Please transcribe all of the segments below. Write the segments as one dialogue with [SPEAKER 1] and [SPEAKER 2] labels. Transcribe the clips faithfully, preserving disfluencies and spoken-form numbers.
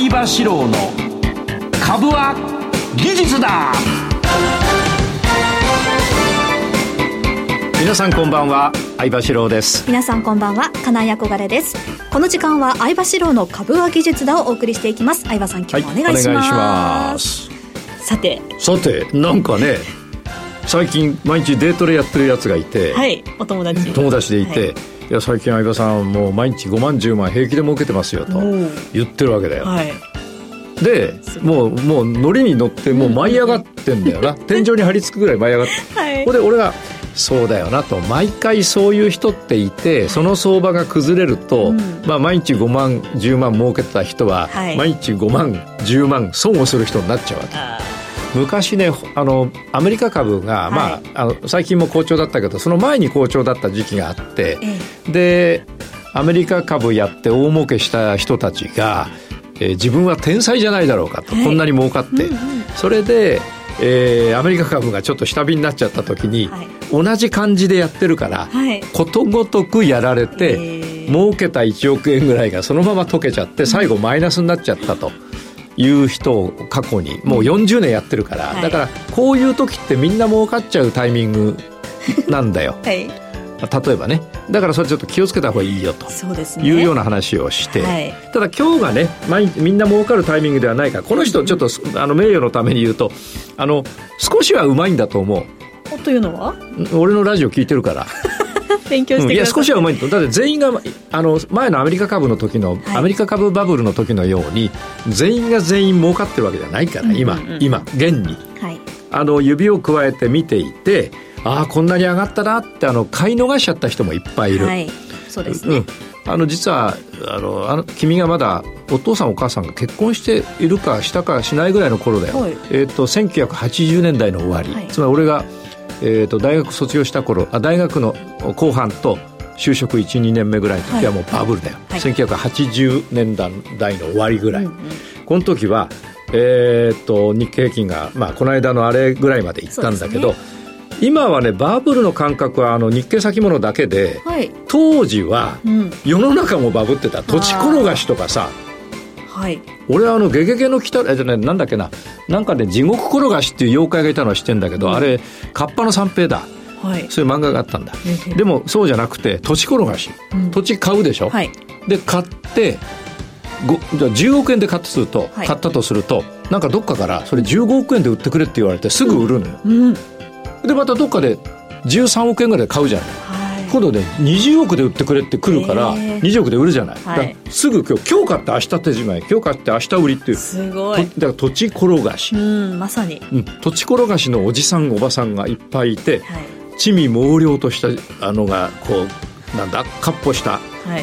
[SPEAKER 1] 相場志郎の株は技術だ。
[SPEAKER 2] 皆さんこんばんは、相場志郎です。
[SPEAKER 3] 皆さんこんばんは、金井憧れです。この時間は相場志郎の株は技術だをお送りしていきます。相場さん、今日もお願いします。はい、お願いします。さて
[SPEAKER 2] さてなんかね、最近毎日デートでやってるやつがいて、
[SPEAKER 3] はい、お友達
[SPEAKER 2] 友達でいて、はい、いや最近相場さんもう毎日ごまんじゅうまん平気で儲けてますよと言ってるわけだよ、はい、でもうもうノリに乗ってもう舞い上がってんだよな、うん、天井に張り付くぐらい舞い上がって、はい、ここで俺がそうだよなと、毎回そういう人っていて、その相場が崩れると、うん、まあ、毎日ごまんじゅうまん儲けてた人は、はい、毎日ごまんじゅうまん損をする人になっちゃうわけ。昔ね、あのアメリカ株が、はい、まあ、あの最近も好調だったけど、その前に好調だった時期があって、ええ、でアメリカ株やって大儲けした人たちが、えー、自分は天才じゃないだろうかと、はい、こんなに儲かって、うんうん、それで、えー、アメリカ株がちょっと下火になっちゃった時に、はい、同じ感じでやってるから、はい、ことごとくやられて、えー、儲けたいちおくえんぐらいがそのまま溶けちゃって最後マイナスになっちゃったという人を過去にもうよんじゅうねんやってるから、はい、だからこういう時ってみんな儲かっちゃうタイミングなんだよ、はい、例えばね、だからそれちょっと気をつけた方がいいよというような話をして、はい、ただ今日がね、みんな儲かるタイミングではないから、この人ちょっとあの名誉のために言うと、あの少しはうまいんだと思う。
[SPEAKER 3] というのは
[SPEAKER 2] 俺のラジオ聞いてるから
[SPEAKER 3] 勉強してください、うん、い
[SPEAKER 2] や少しはうまいと。だって全員があの前のアメリカ株の時の、はい、アメリカ株バブルの時のように全員が全員儲かってるわけじゃないから、うんうんうん、今今現に、はい、あの指をくわえて見ていて、ああこんなに上がったなってあの買い逃しちゃった人もいっぱいいる、はい、そうですね、うん、あの実はあのあの君がまだお父さんお母さんが結婚しているかしたかしないぐらいの頃だよ、はい、えー、とせんきゅうひゃくはちじゅうねんだいの終わり、はい、つまり俺がえー、と大学卒業した頃、あ大学の後半と就職 いちにねんめぐらいの時はもうバブルだよ、はい、せんきゅうひゃくはちじゅうねんだいの終わりぐらい、うんうん、この時は、えー、と日経平均が、まあ、この間のあれぐらいまで行ったんだけど、ね、今はねバブルの感覚はあの日経先物だけで、はい、当時は世の中もバブってた、土地転がしとかさ、はい、俺はあのゲゲゲの鬼太郎じゃないなんだっけな、なんかね地獄転がしっていう妖怪がいたのは知ってんだけど、うん、あれカッパの三平だ、はい、そういう漫画があったんだ、うん、でもそうじゃなくて土地転がし、うん、土地買うでしょ、はい、で買ってじゃあじゅうおくえんで買ったとすると、はい、買ったとするとなんかどっかからそれじゅうごおくえんで売ってくれって言われてすぐ売るのよ、うんうん、でまたどっかでじゅうさんおくえんぐらいで買うじゃない、今度ねにじゅうおくで売ってくれって来るから、えー、にじゅうおくで売るじゃない、はい、だすぐ今日今日買って明日手締まい、今日買って明日売りっていう、
[SPEAKER 3] すごい、
[SPEAKER 2] だから土地転がし、
[SPEAKER 3] うんまさに、
[SPEAKER 2] うん、土地転がしのおじさんおばさんがいっぱいいて、はい、地味猛量としたあのがこうなんだかっ歩した、はい、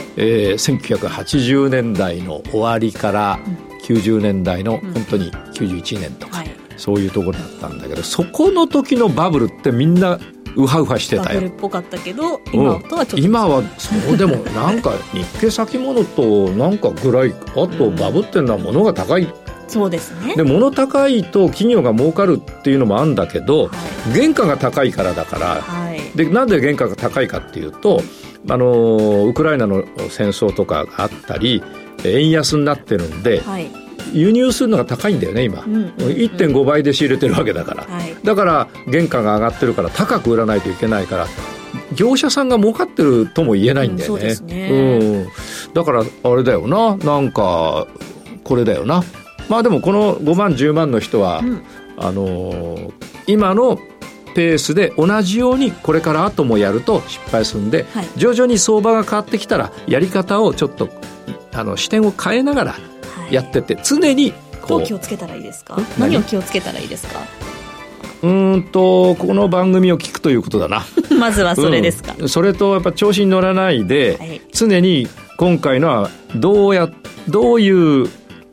[SPEAKER 2] えー、せんきゅうひゃくはちじゅうねんだいの終わりからきゅうじゅうねんだいの本当にきゅうじゅういちねんとか、うんはい、そういうところだったんだけど、そこの時のバブルってみんなウハウハしてたよ。
[SPEAKER 3] バブルっぽかったけど今とはちょっと、うん、
[SPEAKER 2] 今はそうでもなんか日経先物となんかぐらい、あとバブってんのは物が高い、うん、
[SPEAKER 3] そうですね。
[SPEAKER 2] で物高いと企業が儲かるっていうのもあるんだけど、はい、原価が高いからだから、はい、でなんで原価が高いかっていうと、あのウクライナの戦争とかがあったり円安になってるんで、はい、輸入するのが高いんだよね今、うんうんうん、いってんごばいで仕入れてるわけだから、はい、だから原価が上がってるから高く売らないといけないから業者さんが儲かってるとも言えないんだよね、うん、そうですね、うん、だからあれだよな、なんかこれだよな。まあでもこのごまんじゅうまんの人は、うん、あのー、今のペースで同じようにこれから後もやると失敗するんで、はい、徐々に相場が変わってきたらやり方をちょっとあの視点を変えながらやってて、はい、常にこう
[SPEAKER 3] どう気をつけたらいいですか？何を気をつけたらいいですか？
[SPEAKER 2] うーんとこの番組を聞くということだな
[SPEAKER 3] まずはそれですか、
[SPEAKER 2] うん、それとやっぱ調子に乗らないで、はい、常に今回のはどうやどういう、うん、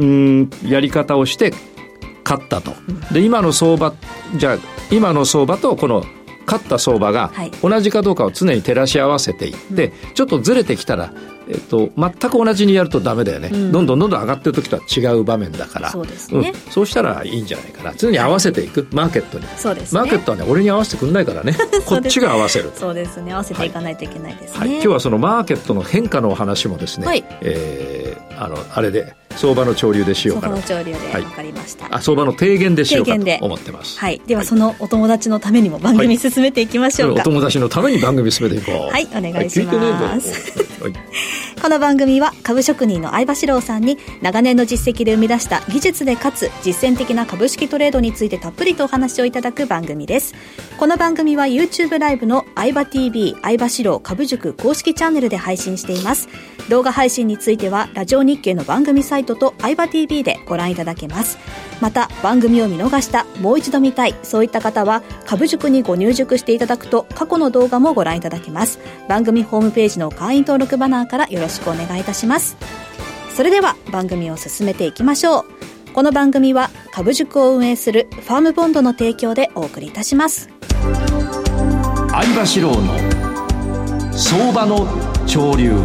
[SPEAKER 2] やり方をして勝ったと、うん、で今の相場じゃあ今の相場とこの勝った相場が同じかどうかを常に照らし合わせていって、うん、ちょっとずれてきたら、えっと、全く同じにやるとダメだよね、うん、どんどんどんどん上がってる時とは違う場面だから、
[SPEAKER 3] そうですね、
[SPEAKER 2] うん、そうしたらいいんじゃないかな。常に合わせていく、マーケットに。
[SPEAKER 3] そうですね、
[SPEAKER 2] マーケットはね俺に合わせてくんないからねこっちが合わせる。
[SPEAKER 3] そうですね、合わせていかないといけないですね、
[SPEAKER 2] はいはい、今日はそのマーケットの変化のお話もですね、はい、えー、あのあれで相場の潮流でしようかな。
[SPEAKER 3] 相場の潮流で分かりました、はい、
[SPEAKER 2] あ相場の提言でしようかと思ってます。
[SPEAKER 3] はい、ではそのお友達のためにも番組進めていきましょうか、
[SPEAKER 2] はい、お友達のために番組進めていこう
[SPEAKER 3] はい、お願いします、
[SPEAKER 2] はい、
[SPEAKER 3] この番組は株職人の相場志郎さんに長年の実績で生み出した技術でかつ実践的な株式トレードについてたっぷりとお話をいただく番組です。この番組は YouTube ライブの相場 ティービー 相場志郎株塾公式チャンネルで配信しています。動画配信についてはラジオ日経の番組サイトと相場 ティービー でご覧いただけます。また番組を見逃した、もう一度見たい、そういった方は株塾にご入塾していただくと過去の動画もご覧いただけます。番組ホームページの会員登録バナーからよろしくお願いいたします。それでは番組を進めていきましょう。この番組は株塾を運営するファームボンドの提供でお送りいたします。
[SPEAKER 1] 相場志郎の相場の潮流。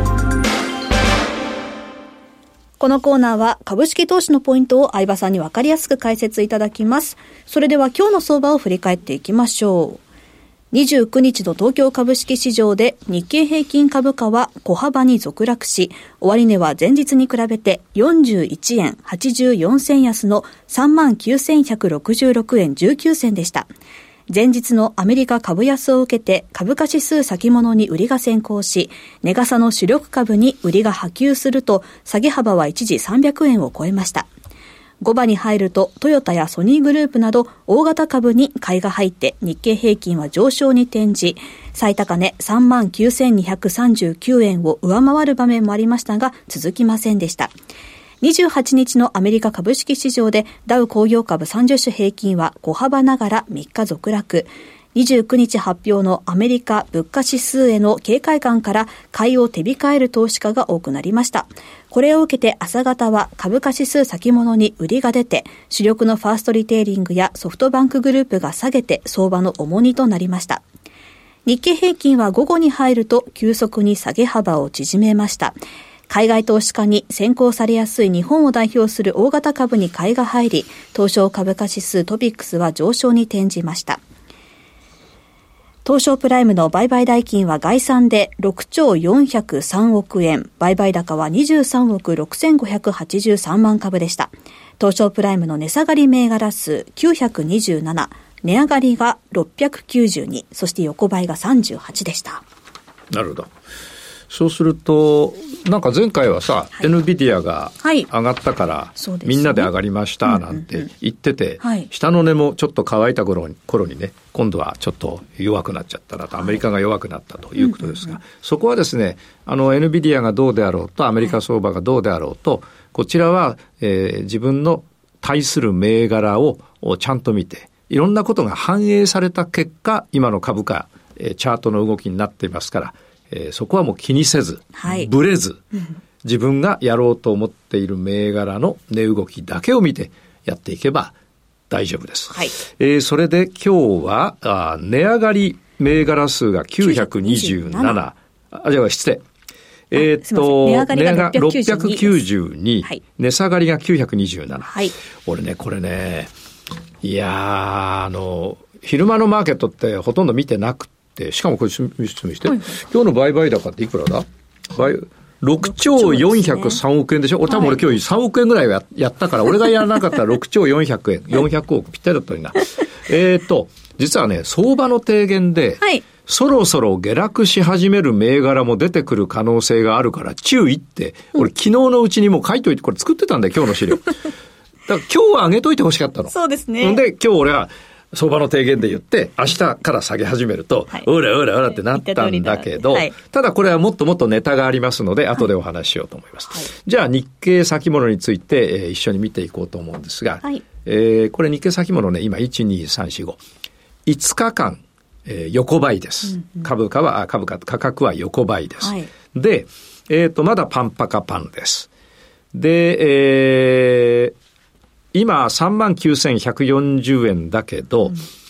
[SPEAKER 3] このコーナーは株式投資のポイントを相場さんに分かりやすく解説いただきます。それでは今日の相場を振り返っていきましょう。にじゅうくにちの東京株式市場で日経平均株価は小幅に続落し、終値は前日に比べてよんじゅういちえんはちじゅうよんせん安の さんまんきゅうせんひゃくろくじゅうろくえんじゅうきゅうせんでした。前日のアメリカ株安を受けて株価指数先物に売りが先行し、値傘の主力株に売りが波及すると下げ幅は一時さんびゃくえんを超えました。ごばに入るとトヨタやソニーグループなど大型株に買いが入って日経平均は上昇に転じ、最高値 さんまんきゅうせんにひゃくさんじゅうきゅうえんを上回る場面もありましたが続きませんでした。にじゅうはちにちのアメリカ株式市場でダウ工業株さんじゅっしゅ平均は小幅ながらみっか続落。にじゅうくにち発表のアメリカ物価指数への警戒感から買いを手控える投資家が多くなりました。これを受けて朝方は株価指数先物に売りが出て、主力のファーストリテイリングやソフトバンクグループが下げて相場の重荷となりました。日経平均は午後に入ると急速に下げ幅を縮めました。海外投資家に先行されやすい日本を代表する大型株に買いが入り、東証株価指数トピックスは上昇に転じました。東証プライムの売買代金は概算でろくちょうよんひゃくさんおくえん、売買高はにじゅうさんおくろくせんごひゃくはちじゅうさんまん株でした。東証プライムの値下がり銘柄数きゅうひゃくにじゅうなな、値上がりがろっぴゃくきゅうじゅうに、そして横ばいがさんじゅうはちでした。
[SPEAKER 2] なるほど。そうするとなんか前回はさ、はい、エヌビディアが上がったから、はいね、みんなで上がりましたなんて言ってて、うんうんうんはい、下の値もちょっと乾いた頃に、頃にね今度はちょっと弱くなっちゃったなと、アメリカが弱くなったということですが、はいうんうんうん、そこはですね、あの エヌビディアがどうであろうとアメリカ相場がどうであろうと、はい、こちらは、えー、自分の対する銘柄をちゃんと見ていろんなことが反映された結果今の株価、えー、チャートの動きになっていますから、えー、そこはもう気にせず、はい、ブレず、うん、自分がやろうと思っている銘柄の値動きだけを見てやっていけば大丈夫です、はいえー、それで今日はあ値上がり銘柄数がきゅうひゃくにじゅうなな、あ、じゃあ失礼えー、っと値上がりがろっぴゃくきゅうじゅうに、はい、値下がりがきゅうひゃくにじゅうなな、はい、俺ねこれねいやーあの昼間のマーケットってほとんど見てなくて、しかもこれ見せて、はいはい、今日の売買高っていくらだろくちょうよんひゃくさんおくえんでしょ、ね、多分俺今日さんおくえんぐらいは や, やったから俺がやらなかったらろくちょうよんひゃくえんよんひゃくおくぴったりだったのになえっと実はね相場の提言で、はい、そろそろ下落し始める銘柄も出てくる可能性があるから注意って、うん、俺昨日のうちにもう書いといてこれ作ってたんだよ今日の資料だから今日は上げといてほしかったの。
[SPEAKER 3] そうですね。
[SPEAKER 2] で今日俺は相場の提言で言って明日から下げ始めると、はい、うらうらうらってなったんだけど、はい、ただこれはもっともっとネタがありますので後でお話ししようと思います、はい、じゃあ日経先物について、えー、一緒に見ていこうと思うんですが、はいえー、これ日経先物ね今いちにさんしごいつかかん、えー、横ばいです、うんうん、株価は株価価格は横ばいです、はい、で、えーと、まだパンパカパンですで、えー今 さんまんきゅうせんひゃくよんじゅうえんだけど、うん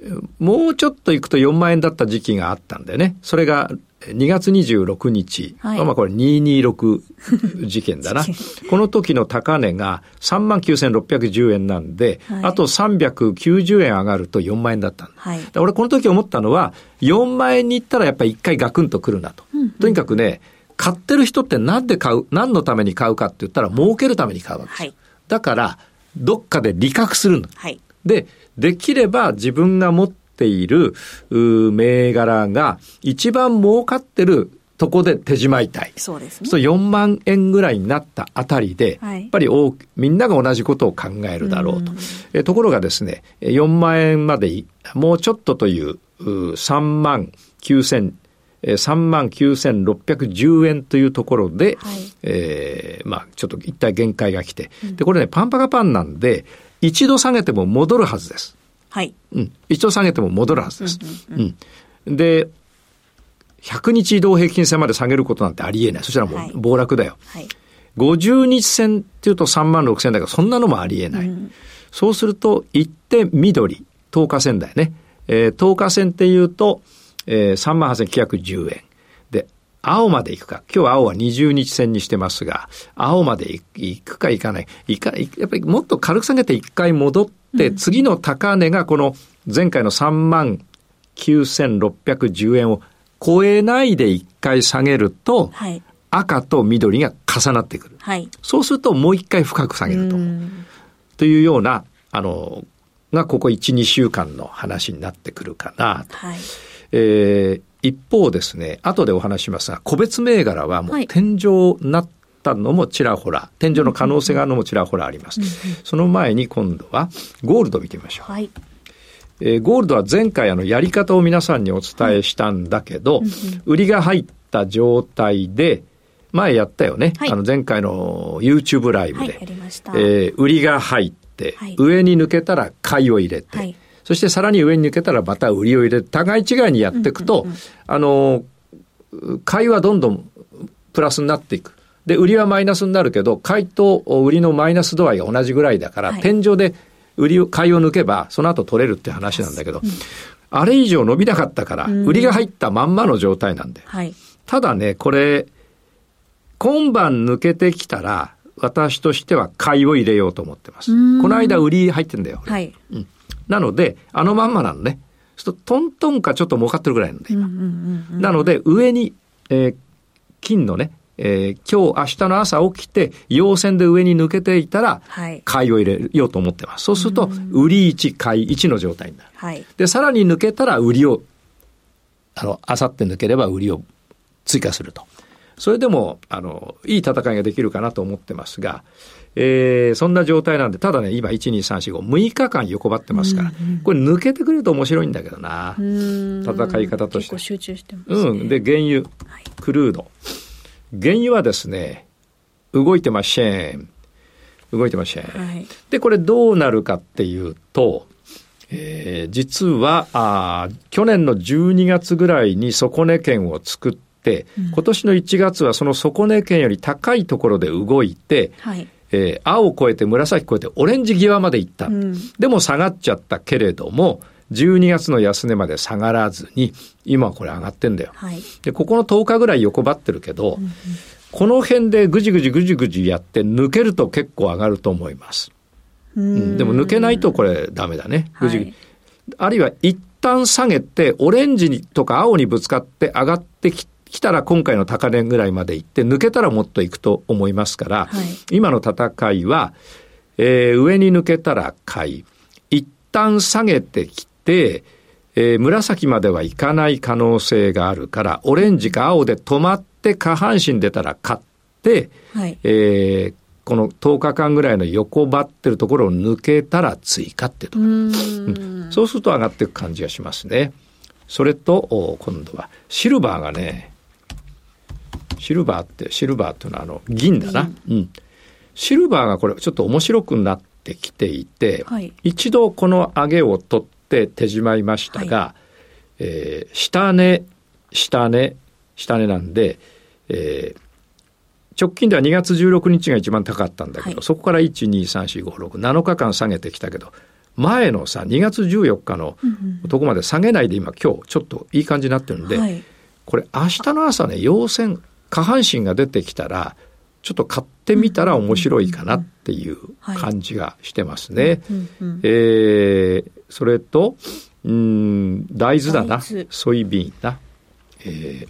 [SPEAKER 2] もうちょっと行くとよんまんえんだった時期があったんだよね。それがにがつにじゅうろくにち、はい、まあこれにひゃくにじゅうろく事件だな。この時の高値が さんまんきゅうせんろっぴゃくじゅうえんなんで、はい、あとさんびゃくきゅうじゅうえん上がるとよんまんえんだったんだ。はい、だ俺この時思ったのは、よんまんえんに行ったらやっぱり一回ガクンと来るなと。うんうん、とにかくね、買ってる人って何で買う、何のために買うかって言ったら銘るために買うわけですよ。はい、だから、どっかで利確するの。はい、で、できれば自分が持っている銘柄が一番儲かってるとこで手締まいたい。そうですね。そうよんまんえんぐらいになったあたりで、はい、やっぱり多くみんなが同じことを考えるだろうと。うえところがですね、よんまんえんまでもうちょっとというさんまんきゅうせんさんまんきゅうせんろっぴゃくじゅうえんというところで、はい、えー、まあちょっと一体限界が来て、うん、でこれねパンパカパンなんで一度下げても戻るはずです。はい。うん。一度下げても戻るはずです。うん、うんうん。で、ひゃくにち移動平均線まで下げることなんてありえない。そしたらもう暴落だよ。はい。ごじゅうにち線っていうとさんまんろくせんだからそんなのもありえない。うん、そうすると一点緑、とおか線だよね。えー、とおか線っていうと、えー、さんまんはっせんきゅうひゃくじゅうえん。で、青まで行くか。今日は青はにじゅうにち線にしてますが、青まで行くか行かない。行か、やっぱりもっと軽く下げて一回戻って、うん、次の高値がこの前回のさんまんきゅうせんろっぴゃくじゅうえんを超えないで一回下げると、はい、赤と緑が重なってくる。はい、そうするともう一回深く下げると。というような、あの、がここいち、にしゅうかんの話になってくるかなと。はい、えー、一方ですね、後でお話しますが、個別銘柄はもう天井になったのもちらほら、はい、天井の可能性があるのもちらほらあります。うんうん、その前に今度はゴールドを見てみましょう。はい、えー、ゴールドは前回あのやり方を皆さんにお伝えしたんだけど、はい、売りが入った状態で、前やったよね。はい、あの前回の YouTube ライブで、はい、やりました。えー、売りが入って、はい、上に抜けたら買いを入れて、はい、そしてさらに上に抜けたらまた売りを入れて、互い違いにやっていくと、うんうんうん、あの、買いはどんどんプラスになっていく。で、売りはマイナスになるけど、買いと売りのマイナス度合いが同じぐらいだから、はい、天井で売りを、買いを抜けば、その後取れるって話なんだけど、うん、あれ以上伸びなかったから、売りが入ったまんまの状態なんで。はい、ただね、これ、今晩抜けてきたら、私としては買いを入れようと思ってます。この間売り入ってんだよ。はい、うん、なので、あのまんまなのね。ちょっとトントンかちょっと儲かってるぐらいなんで、今。うんうんうん、なので、上に、えー、金のね、えー、今日、明日の朝起きて、陽線で上に抜けていたら、はい、買いを入れようと思ってます。そうすると、売りいち、買いいちの状態になる。はい、で、さらに抜けたら売りを、あの、明後日抜ければ売りを追加すると。それでも、あの、いい戦いができるかなと思ってますが、えー、そんな状態なんで、ただね、今、いち、に、さん、よん、ご、むいかかん横ばってますから、うんうん、これ抜けてくると面白いんだけどな。戦い方として。結構集中してますね。うん。で、原油、はい、クルード。原油はですね、動いてません。動いてません。はい、で、これどうなるかっていうと、えー、実はあ、去年のじゅうにがつぐらいに底値圏を作って、今年のいちがつはその底値圏より高いところで動いて、はい、えー、青を越えて紫を越えてオレンジ際まで行った、うん、でも下がっちゃったけれどもじゅうにがつの安値まで下がらずに今はこれ上がってんだよ、はい、でここのとおかぐらい横ばってるけど、うんうん、この辺でぐじぐじぐじぐじやって抜けると結構上がると思います。うん、うん、でも抜けないとこれダメだね、ぐじぐじ、はい、あるいは一旦下げてオレンジにとか青にぶつかって上がってきて来たら今回の高値ぐらいまで行って抜けたらもっと行くと思いますから、はい、今の戦いは、えー、上に抜けたら買い、一旦下げてきて、えー、紫までは行かない可能性があるからオレンジか青で止まって下半身出たら買って、はい、えー、このとおかかんぐらいの横ばってるところを抜けたら追加ってところ、うん、そうすると上がっていく感じがしますね。それと今度はシルバーがね、シルバーってシルバーっていうのはあの銀だな、うん、シルバーがこれちょっと面白くなってきていて、はい、一度この上げを取って手締まいましたが、はい、えー、下値下値下値なんで、えー、直近ではにがつじゅうろくにちが一番高かったんだけど、はい、そこからいち、に、さん、よん、ご、ろく、なのかかん下げてきたけど前のさにがつじゅうよっかのとこまで下げないで今今日ちょっていい感じになってるんで、はい、これ明日の朝ね陽線下半身が出てきたらちょっと買ってみたら面白いかなっていう感じがしてますね。えー、それとうーん大豆だな、ソイビーンな、えー、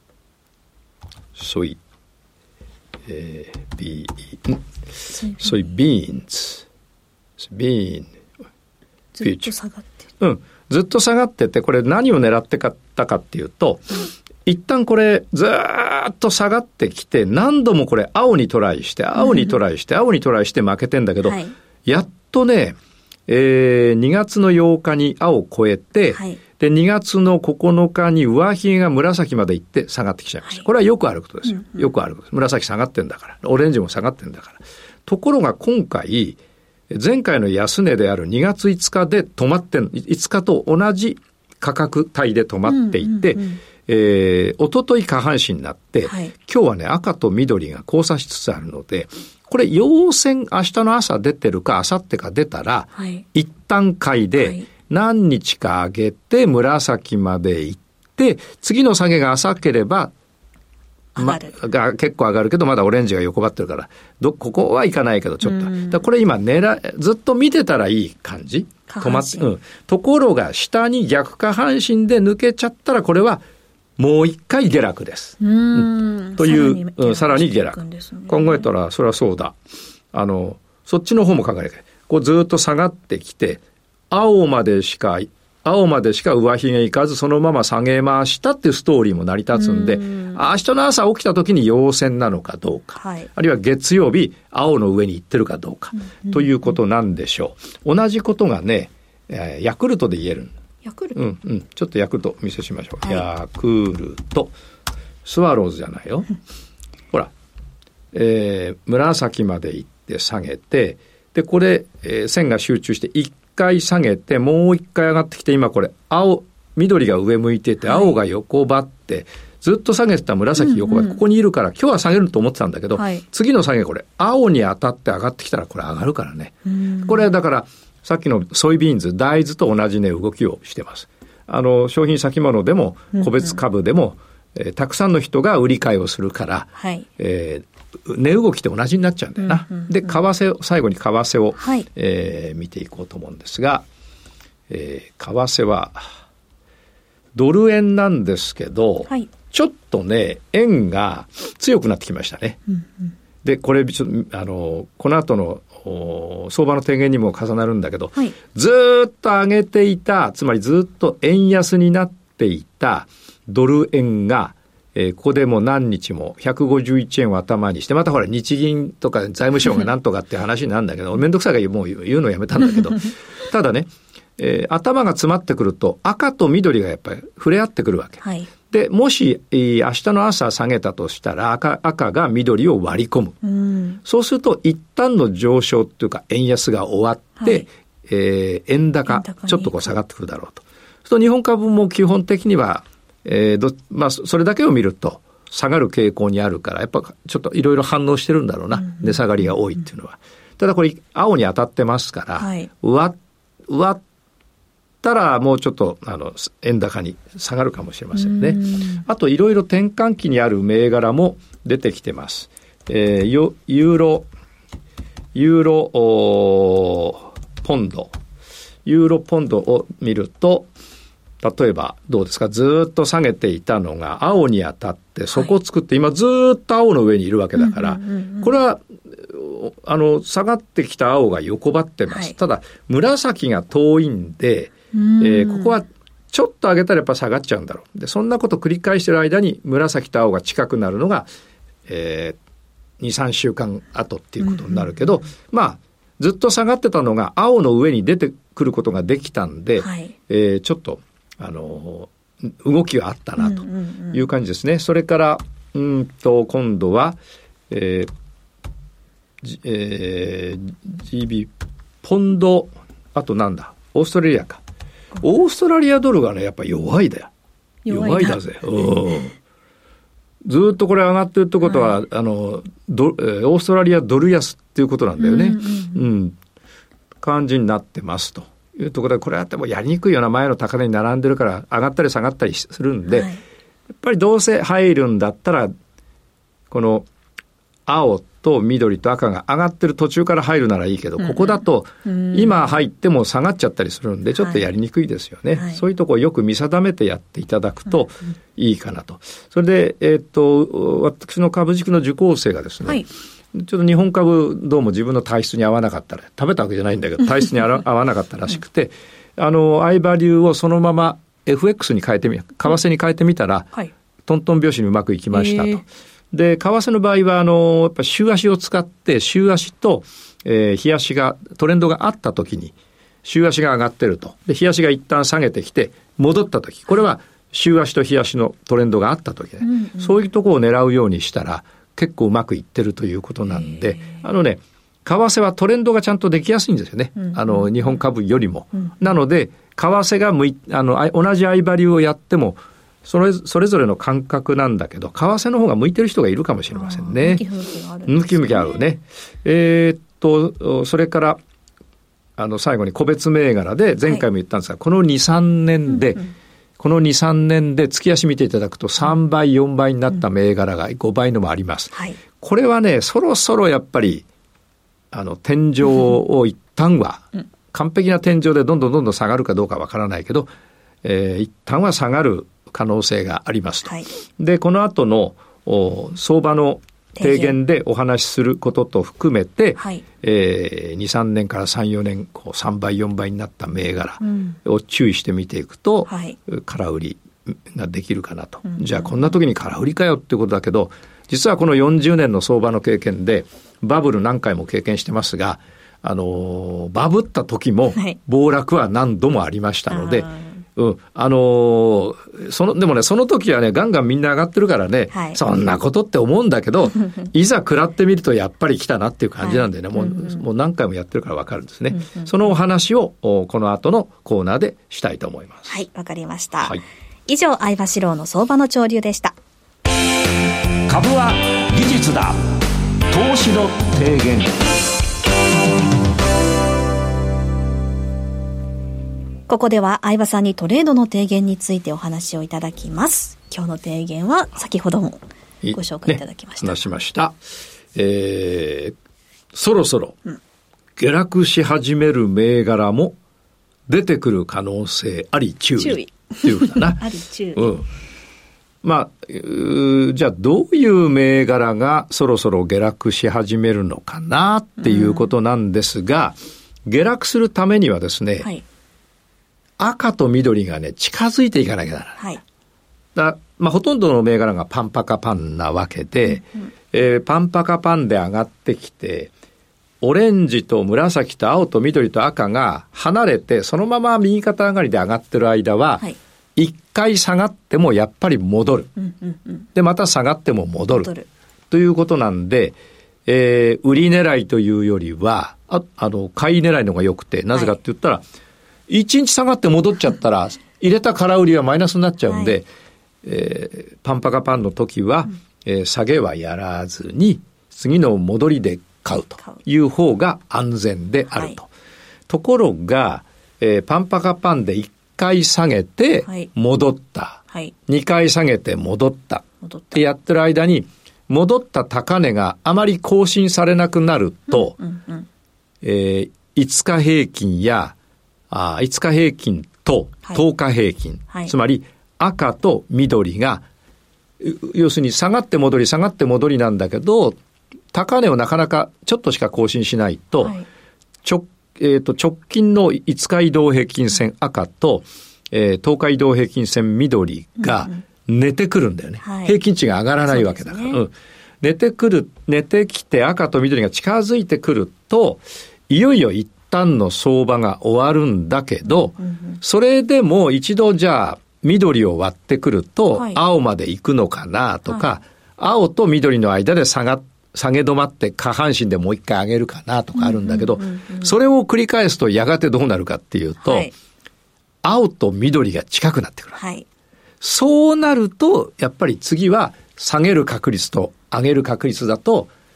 [SPEAKER 2] ソイ、えー、ビーンソイビーンズビーン
[SPEAKER 3] ずっと下がって
[SPEAKER 2] る、うん、ずっと下がっててこれ何を狙って買ったかっていうと、うん、一旦これずーっと下がってきて何度もこれ青にトライして青にトライして、うん、青にトライして負けてんだけど、はい、やっとね、えー、にがつのようかに青を超えて、はい、でにがつのここのかに上髭が紫まで行って下がってきちゃいました、はい、これはよくあることですよ、うんうん、よくあることです。紫下がってんだからオレンジも下がってんだから。ところが今回前回の安値であるにがついつかで止まっていつかと同じ価格帯で止まっていて、うんうんうん、えー、おととい下半身になって、はい、今日はね赤と緑が交差しつつあるのでこれ陽線明日の朝出てるか明後日か出たら、はい、一旦買いで何日か上げて紫まで行って次の下げが浅ければま、が結構上がるけどまだオレンジが横ばってるからどここはいかないけどちょっと、うん、だこれ今狙ずっと見てたらいい感じ止まって、うん、ところが下に逆下半身で抜けちゃったらこれはもう一回下落です、うんうん、というさら,、うん、さらに下落、ね、考えたらそれはそうだあのそっちの方も考えなきゃこうずっと下がってきて青までしか青までしか上髭いかずそのまま下げ回したっていうストーリーも成り立つんで、ん明日の朝起きた時に陽線なのかどうか、はい、あるいは月曜日青の上に行ってるかどうか、うん、ということなんでしょう。同じことがね、えー、ヤクルトで言える。
[SPEAKER 3] ヤクルト、
[SPEAKER 2] うんうん、ちょっとヤクルトお見せしましょう、はい、ヤクルトスワローズじゃないよほら、えー、紫まで行って下げてでこれ、えー、線が集中していっかい下げてもう一回上がってきて今これ青緑が上向いてて青が横ばって、はい、ずっと下げてた紫横ばって、うんうん、ここにいるから今日は下げると思ってたんだけど、はい、次の下げこれ青に当たって上がってきたらこれ上がるからね、うん、これだからさっきのソイビーンズ大豆と同じね動きをしてます。あの商品先物でも個別株でも、うんうんえー、たくさんの人が売り買いをするから、はいえー、値動きって同じになっちゃうんだよな、うんうんうん、で為替を最後に為替を、はいえー、見ていこうと思うんですが、えー、為替はドル円なんですけど、はい、ちょっとね円が強くなってきましたね、うんうん、でこれちょっとあのこの後の相場の提言にも重なるんだけど、はい、ずっと上げていたつまりずっと円安になっていたドル円が、えー、ここでもう何日もひゃくごじゅういちえんを頭にしてまたほら日銀とか財務省がなんとかって話になるんだけどめんどくさいからもう言うのやめたんだけどただね、えー、頭が詰まってくると赤と緑がやっぱり触れ合ってくるわけ、はいでもし、えー、明日の朝下げたとしたら 赤, 赤が緑を割り込む、うん、そうすると一旦の上昇っていうか円安が終わって、はいえー、円高ちょっとこう下がってくるだろうと。そうすると日本株も基本的には、えーどまあ、それだけを見ると下がる傾向にあるからやっぱちょっといろいろ反応してるんだろうな、うん、値下がりが多いっていうのは。ただこれ青に当たってますから、はい、割ったらもうちょっとあの円高に下がるかもしれませんね。あといろいろ転換期にある銘柄も出てきてます。えー、ユーロユーロポンドユーロポンドを見ると例えばどうですかずっと下げていたのが青に当たって底を作って、はい、今ずっと青の上にいるわけだから、うんうんうんうん、これはあの下がってきた青が横ばってます、はい、ただ紫が遠いんでえー、ここはちょっと上げたらやっぱ下がっちゃうんだろう。でそんなこと繰り返している間に紫と青が近くなるのが、えー、にさんしゅうかん後っていうことになるけど、うんうん、まあずっと下がってたのが青の上に出てくることができたんで、はいえー、ちょっとあの動きがあったなという感じですね、うんうんうん、それからうんと今度は、えーえー、ジービー ポンドあとなんだオーストラリアかオーストラリアドルがねやっぱ弱いだよ弱い だ, 弱いだぜ、うん、ずっとこれ上がってるってことは、はい、あのドオーストラリアドル安っていうことなんだよね、うんうんうん、感じになってますというところで、これはでもやりにくいような、前の高値に並んでるから上がったり下がったりするんで、はい、やっぱりどうせ入るんだったらこの青と緑と赤が上がってる途中から入るならいいけど、うん、ここだと今入っても下がっちゃったりするんでちょっとやりにくいですよね、はい、そういうところをよく見定めてやっていただくといいかなと。それで、えー、っと私の株軸の受講生がですね、はい、ちょっと日本株どうも自分の体質に合わなかったら、食べたわけじゃないんだけど体質に合わなかったらしくて、うん、あの相場流をそのまま エフエックス に変えてみ為替に変えてみたら、はい、トントン拍子にうまくいきましたと。で為替の場合はあのやっぱ週足を使って週足と、えー、日足がトレンドがあった時に週足が上がってると、で日足が一旦下げてきて戻った時、これは週足と日足のトレンドがあった時で、うんうん、そういうところを狙うようにしたら結構うまくいってるということなんで、あのね為替はトレンドがちゃんとできやすいんですよね、うんうん、あの日本株よりも、うん、なので為替が向いあの同じ相場流をやってもそれ、それぞれの感覚なんだけど、為替の方が向いてる人がいるかもしれませんね。向き向きあるね。えー、っと、それから、あの、最後に個別銘柄で、前回も言ったんですが、はい、このに、さんねんで、うんうん、このに、さんねんで月足見ていただくとさんばい、よんばいになった銘柄がごばいのもあります。はい、これはね、そろそろやっぱり、あの、天井を一旦は、うん、完璧な天井でどんどんどんどん下がるかどうかわからないけど、えー、一旦は下がる可能性がありますと、はい、でこの後の相場の提言でお話しすることと含めて、はいえー、に、さんねんからさん、よねんこうさんばいよんばいになった銘柄を注意して見ていくと、うんはい、空売りができるかなと、うん、じゃあこんな時に空売りかよっていうことだけど、実はこのよんじゅうねんの相場の経験でバブル何回も経験してますが、あのー、バブった時も暴落は何度もありましたので、はいうん、あのー、そのでもねその時はねガンガンみんな上がってるからね、はい、そんなことって思うんだけどいざ食らってみるとやっぱり来たなっていう感じなんでね、はい、もう、うんうん、もう何回もやってるから分かるんですね、うんうん、そのお話をこの後のコーナーでしたいと思います。
[SPEAKER 3] はい、わかりました、はい、以上相場志郎の相場の潮流でした。
[SPEAKER 1] 株は技術だ、投資の提言。
[SPEAKER 3] ここでは相場さんにトレードの提言についてお話をいただきます。今日の提言は先ほどもご紹介いただきました。
[SPEAKER 2] ね、話しました。えー、そろそろ下落し始める銘柄も出てくる可能性あり注意注意っていうふうだな。
[SPEAKER 3] あり注意。
[SPEAKER 2] うん。まあ、じゃあどういう銘柄がそろそろ下落し始めるのかなっていうことなんですが、うん、下落するためにはですね、はい赤と緑がね近づいていかなきゃならない、はい、だまあ、ほとんどの銘柄がパンパカパンなわけで、うんうんえー、パンパカパンで上がってきてオレンジと紫と青と緑と赤が離れてそのまま右肩上がりで上がってる間は、はい、いっかい下がってもやっぱり戻る、うんうんうん、でまた下がっても戻る、戻るということなんで、えー、売り狙いというよりは あ, あの買い狙いの方が良くて、なぜかって言ったら、はいいちにち下がって戻っちゃったら入れた空売りはマイナスになっちゃうんで、はいえー、パンパカパンの時は、うんえー、下げはやらずに次の戻りで買うという方が安全であると、はい、ところが、えー、パンパカパンでいっかい下げて戻った、はい、にかい下げて戻ったってやってる間に戻った高値があまり更新されなくなると、うんうんうんえー、いつか平均やあいつか平均ととおか平均、はい、つまり赤と緑が要するに下がって戻り下がって戻りなんだけど高値をなかなかちょっとしか更新しないと、はい 直, えー、と直近のいつか移動平均線赤と、えー、とおか移動平均線緑が寝てくるんだよね、うんうん、平均値が上がらないわけだから、ねうん、寝てくる寝てきて赤と緑が近づいてくるといよいよ一単の相場が終わるんだけど、うんうん、それでも一度じゃあ緑を割ってくると青まで行くのかなとか、はい、青と緑の間で下が下げ止まって下半身でもう一回上げるかなとかあるんだけど、うんうんうんうん、それを繰り返すとやがてどうなるかっていうと、はい、青と緑が近くなってくる、はい、そうなるとやっぱり次は下げる確率と上げる確率だと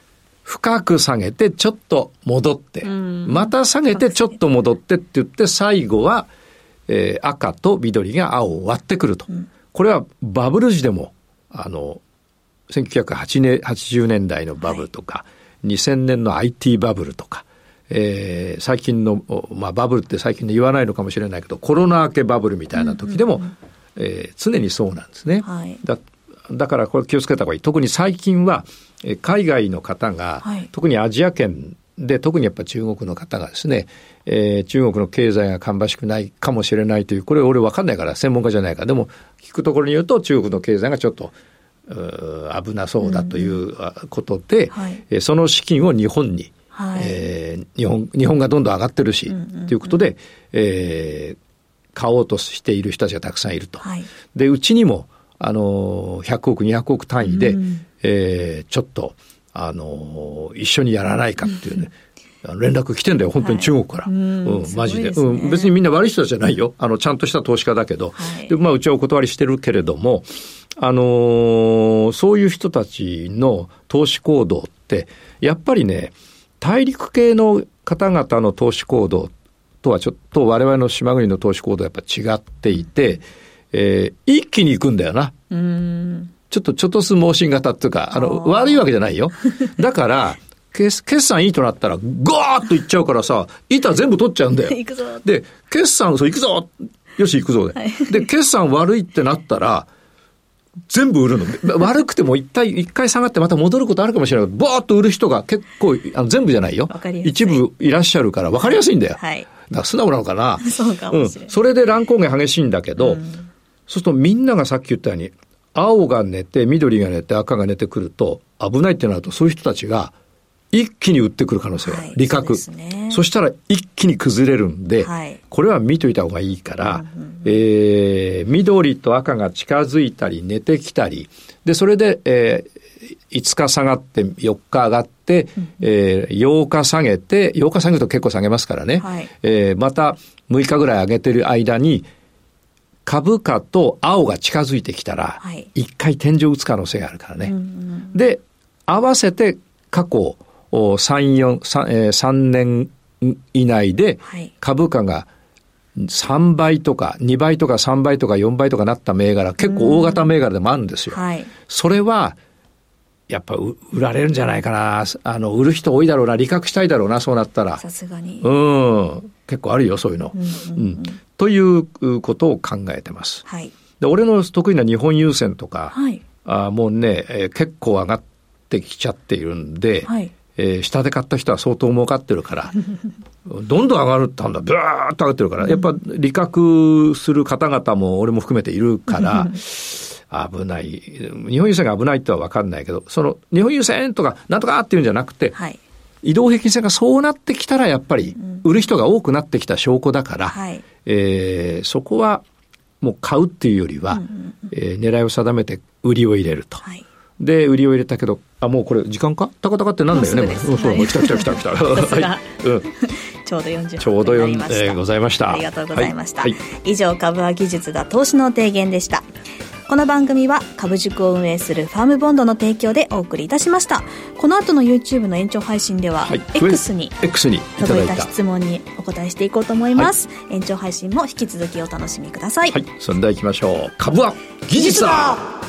[SPEAKER 2] 深く下げてちょっと戻って、また下げてちょっと戻ってって言って、最後は、えー、赤と緑が青を割ってくると。うん、これはバブル時でも、あの、せんきゅうひゃくはちじゅうねんだいのバブルとか、はい、にせんねんの アイティー バブルとか、えー、最近の、まあバブルって最近で言わないのかもしれないけど、コロナ明けバブルみたいな時でも、うんうんうん、えー、常にそうなんですね。はい、だだからこれ気をつけた方がいい。特に最近は、えー、海外の方が、はい、特にアジア圏で、特にやっぱ中国の方がですね、えー、中国の経済が芳しくないかもしれないという、これ俺分かんないから専門家じゃないから、でも聞くところに言うと中国の経済がちょっと危なそうだということで、うんはい、その資金を日本に、はいえー、日本日本がどんどん上がってるし、うんうんうん、ということで、えー、買おうとしている人たちがたくさんいると、はい、でうちにもあのひゃくおくにひゃくおく単位で、うんえー、ちょっとあの一緒にやらないかっていうね、うん、連絡来てんだよ本当に中国から、はい、うん、うん、マジで、ねうん、別にみんな悪い人じゃないよ、あのちゃんとした投資家だけど、はい、でまあうちはお断りしてるけれども、あのー、そういう人たちの投資行動ってやっぱりね、大陸系の方々の投資行動とはちょっと我々の島国の投資行動はやっぱ違っていて、えー、一気に行くんだよな。うーんちょっとちょっとす盲信型っていうか、あの悪いわけじゃないよ。だから決, 決算いいとなったらガーッといっちゃうからさ、板全部取っちゃうんだよ。行くぞ。で決算そう行くぞ、よし行くぞで、はい、で決算悪いってなったら全部売るの。悪くても一回一回下がってまた戻ることあるかもしれないけど、バーッと売る人が結構あの全部じゃないよ。一部いらっしゃるから分かりやすいんだよ。はい、だから素直なのかな。
[SPEAKER 3] そうかもしれない。
[SPEAKER 2] うん、それで乱高下激しいんだけど、うん、そうするとみんながさっき言ったように。青が寝て緑が寝て赤が寝てくると危ないってなると、そういう人たちが一気に売ってくる可能性が、はい、利確 そ,、ね、そしたら一気に崩れるんで、はい、これは見といた方がいいから、うんうんうんえー、緑と赤が近づいたり寝てきたりで、それで、えー、いつか下がってよっか上がって、うんえー、ようか下げてようか下げると結構下げますからね、はいえー、またむいかぐらい上げてる間に株価と青が近づいてきたら、一回天井打つ可能性があるからね。うんうん、で、合わせて過去さん、よん、さん、えー、さんねん以内で株価がさんばいとかにばいとかさんばいとかよんばいとかなった銘柄、結構大型銘柄でもあるんですよ。はい、それは、やっぱ売られるんじゃないかな。あの、売る人多いだろうな。利確したいだろうな、そうなったら。
[SPEAKER 3] さすがに。
[SPEAKER 2] うん。結構あるよ、そういうの。うんうんうんうん、ということを考えてます。はい、で俺の得意な日本郵船とか、はい、あもうね、えー、結構上がってきちゃっているんで、はいえー、下で買った人は相当儲かってるから、どんどん上がるったんだ、ブワーッと上がってるから、やっぱ利確する方々も俺も含めているから、危ない。日本郵船が危ないっては分かんないけど、その日本郵船とかなんとかっていうんじゃなくて、はい、移動平均線がそうなってきたらやっぱり売る人が多くなってきた証拠だから、はいえー、そこはもう買うっていうよりは、うんうんうんえー、狙いを定めて売りを入れると、はい、で売りを入れたけどあもうこれ時間かタカタカってなんだよね、もうそうそう、はい、来た来た来た来たはい、うん、
[SPEAKER 3] ちょうどよんじゅっぷん
[SPEAKER 2] ちょうどよんじゅっぷん、えー、ございました。
[SPEAKER 3] ありがとうございました、はいはい、以上株は技術だ投資の提言でした。この番組は株塾を運営するファームボンドの提供でお送りいたしました。この後の YouTube の延長配信では、はい、X に届いた質問にお答えしていこうと思います、はい、延長配信も引き続きお楽しみください。
[SPEAKER 2] はい、それでは行きましょう。株は技術だ。